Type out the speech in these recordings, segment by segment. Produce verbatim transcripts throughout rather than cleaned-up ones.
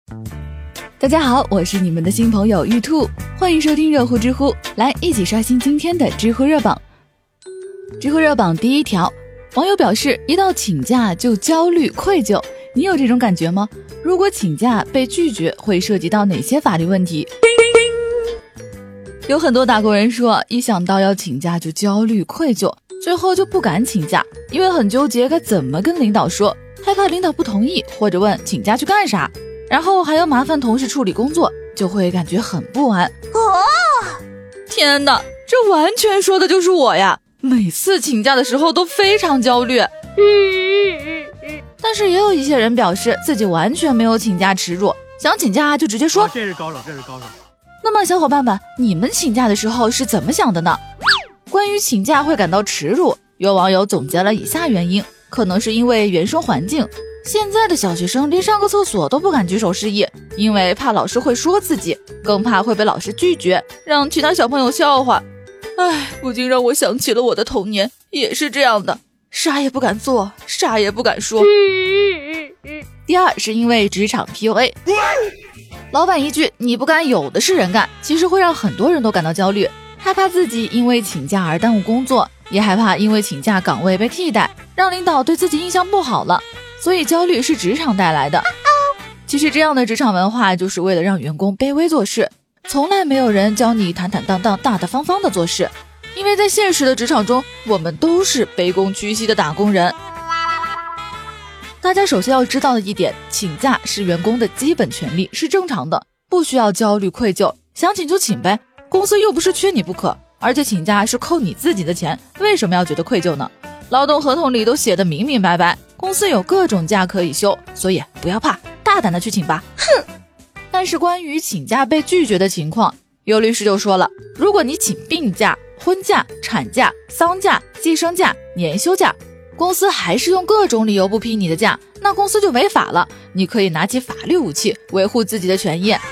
大家好，我是你们的新朋友玉兔，欢迎收听热乎知乎，来一起刷新今天的知乎热榜。知乎热榜第一条，网友表示一到请假就焦虑愧疚，你有这种感觉吗？如果请假被拒绝会涉及到哪些法律问题？有很多打工人说一想到要请假就焦虑愧疚，最后就不敢请假，因为很纠结该怎么跟领导说，害怕领导不同意，或者问请假去干啥，然后还要麻烦同事处理工作，就会感觉很不安。哦，天哪，这完全说的就是我呀！每次请假的时候都非常焦虑。但是也有一些人表示自己完全没有请假耻辱，想请假就直接说。 啊、这是高手，这是高手。 那么小伙伴们，你们请假的时候是怎么想的呢？关于请假会感到耻辱，有网友总结了以下原因，可能是因为原生环境。现在的小学生连上个厕所都不敢举手示意，因为怕老师会说自己，更怕会被老师拒绝，让其他小朋友笑话。唉，不禁让我想起了我的童年，也是这样的，啥也不敢做，啥也不敢说。第二是因为职场 P U A， 老板一句你不干有的是人干，其实会让很多人都感到焦虑，害怕自己因为请假而耽误工作，也害怕因为请假岗位被替代，让领导对自己印象不好了，所以焦虑是职场带来的。其实这样的职场文化就是为了让员工卑微做事，从来没有人教你坦坦荡荡大大方方的做事，因为在现实的职场中，我们都是卑躬屈膝的打工人。大家首先要知道的一点，请假是员工的基本权利，是正常的，不需要焦虑愧疚，想请就请呗，公司又不是缺你不可，而且请假是扣你自己的钱，为什么要觉得愧疚呢？劳动合同里都写得明明白白，公司有各种假可以休，所以不要怕，大胆的去请吧。哼！但是关于请假被拒绝的情况，有律师就说了，如果你请病假、婚假、产假、丧假、计生假、年休假，公司还是用各种理由不批你的假，那公司就违法了，你可以拿起法律武器维护自己的权益。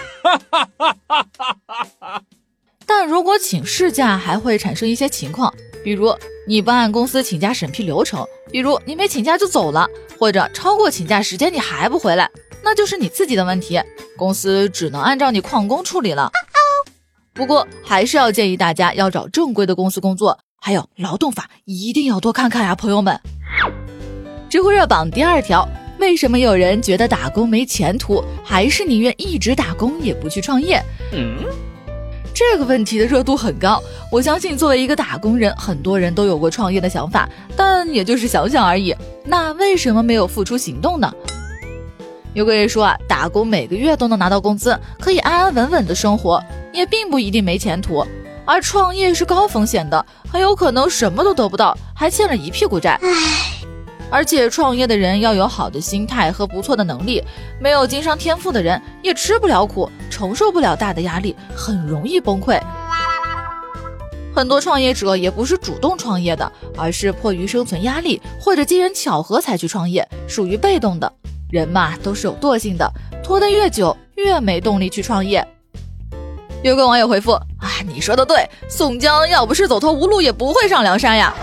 但如果请事假还会产生一些情况，比如你不按公司请假审批流程，比如你没请假就走了，或者超过请假时间你还不回来，那就是你自己的问题，公司只能按照你旷工处理了。不过还是要建议大家要找正规的公司工作，还有劳动法一定要多看看呀，朋友们。知乎热榜第二条，为什么有人觉得打工没前途，还是宁愿一直打工也不去创业？嗯，这个问题的热度很高，我相信作为一个打工人，很多人都有过创业的想法，但也就是想想而已，那为什么没有付出行动呢？有个人说啊，打工每个月都能拿到工资，可以安安稳稳的生活，也并不一定没前途，而创业是高风险的，很有可能什么都得不到，还欠了一屁股债。而且创业的人要有好的心态和不错的能力，没有经商天赋的人也吃不了苦，承受不了大的压力，很容易崩溃。很多创业者也不是主动创业的，而是迫于生存压力或者机缘巧合才去创业，属于被动的。人嘛，都是有惰性的，拖得越久越没动力去创业。有个网友回复，啊，你说的对，宋江要不是走投无路也不会上梁山呀。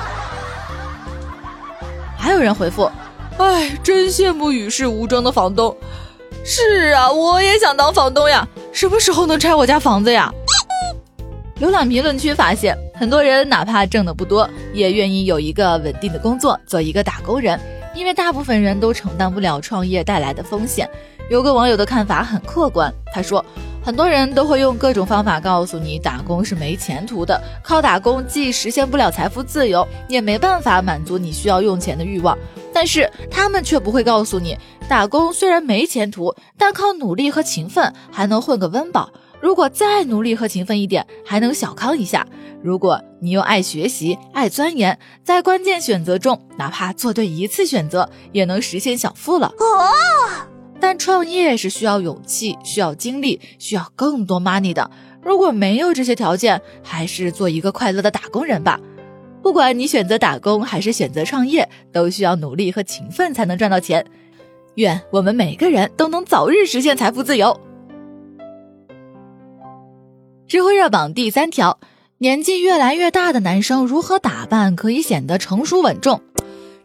还有人回复，哎，真羡慕与世无争的房东。是啊，我也想当房东呀，什么时候能拆我家房子呀？浏览评论区发现，很多人哪怕挣得不多，也愿意有一个稳定的工作，做一个打工人，因为大部分人都承担不了创业带来的风险。有个网友的看法很客观，他说，很多人都会用各种方法告诉你打工是没前途的，靠打工既实现不了财富自由，也没办法满足你需要用钱的欲望，但是他们却不会告诉你，打工虽然没前途，但靠努力和勤奋还能混个温饱，如果再努力和勤奋一点，还能小康一下。如果你又爱学习爱钻研，在关键选择中哪怕做对一次选择，也能实现小富了。哦，但创业是需要勇气，需要精力，需要更多 money 的，如果没有这些条件，还是做一个快乐的打工人吧。不管你选择打工还是选择创业，都需要努力和勤奋才能赚到钱。愿我们每个人都能早日实现财富自由。知乎热榜第三条，年纪越来越大的男生如何打扮可以显得成熟稳重？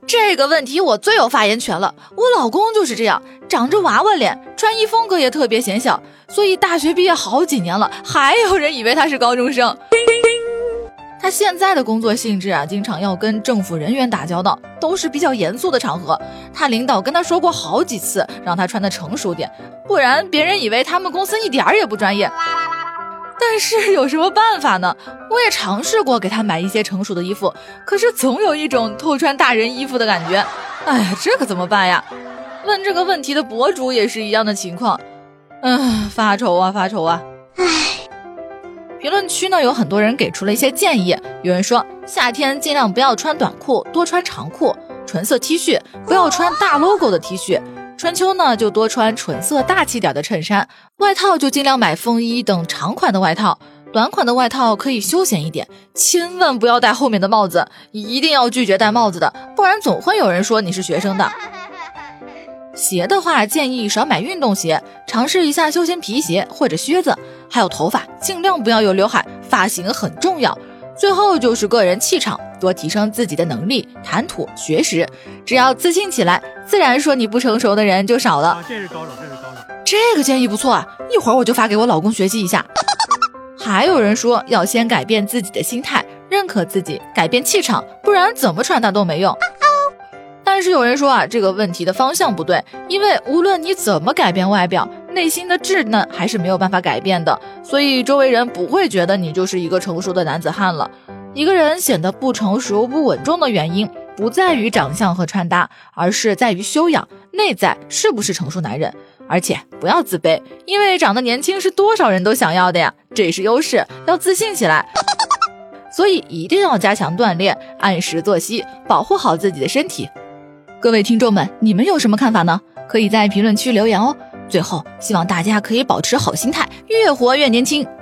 这个问题我最有发言权了，我老公就是这样，长着娃娃脸，穿衣风格也特别显小，所以大学毕业好几年了，还有人以为他是高中生。他现在的工作性质啊，经常要跟政府人员打交道，都是比较严肃的场合。他领导跟他说过好几次，让他穿得成熟点，不然别人以为他们公司一点也不专业。但是有什么办法呢？我也尝试过给他买一些成熟的衣服，可是总有一种偷穿大人衣服的感觉。哎呀，这可怎么办呀？问这个问题的博主也是一样的情况。嗯，发愁啊发愁啊。唉。评论区呢有很多人给出了一些建议，有人说夏天尽量不要穿短裤，多穿长裤，纯色 T 恤，不要穿大 logo 的 T 恤，春秋呢就多穿纯色大气点的衬衫，外套就尽量买风衣等长款的外套，短款的外套可以休闲一点，千万不要戴后面的帽子，一定要拒绝戴帽子的，不然总会有人说你是学生的。鞋的话建议少买运动鞋，尝试一下休闲皮鞋或者靴子，还有头发尽量不要有刘海，发型很重要。最后就是个人气场，多提升自己的能力，谈吐学识，只要自信起来，自然说你不成熟的人就少了。 这是高手，这是高手。 这个建议不错啊，一会儿我就发给我老公学习一下。还有人说要先改变自己的心态，认可自己，改变气场，不然怎么穿搭都没用。但是有人说啊，这个问题的方向不对，因为无论你怎么改变外表，内心的稚嫩还是没有办法改变的，所以周围人不会觉得你就是一个成熟的男子汉了。一个人显得不成熟不稳重的原因不在于长相和穿搭，而是在于修养，内在是不是成熟男人。而且不要自卑，因为长得年轻是多少人都想要的呀，这也是优势，要自信起来。所以一定要加强锻炼，按时作息，保护好自己的身体。各位听众们，你们有什么看法呢？可以在评论区留言哦。最后，希望大家可以保持好心态，越活越年轻。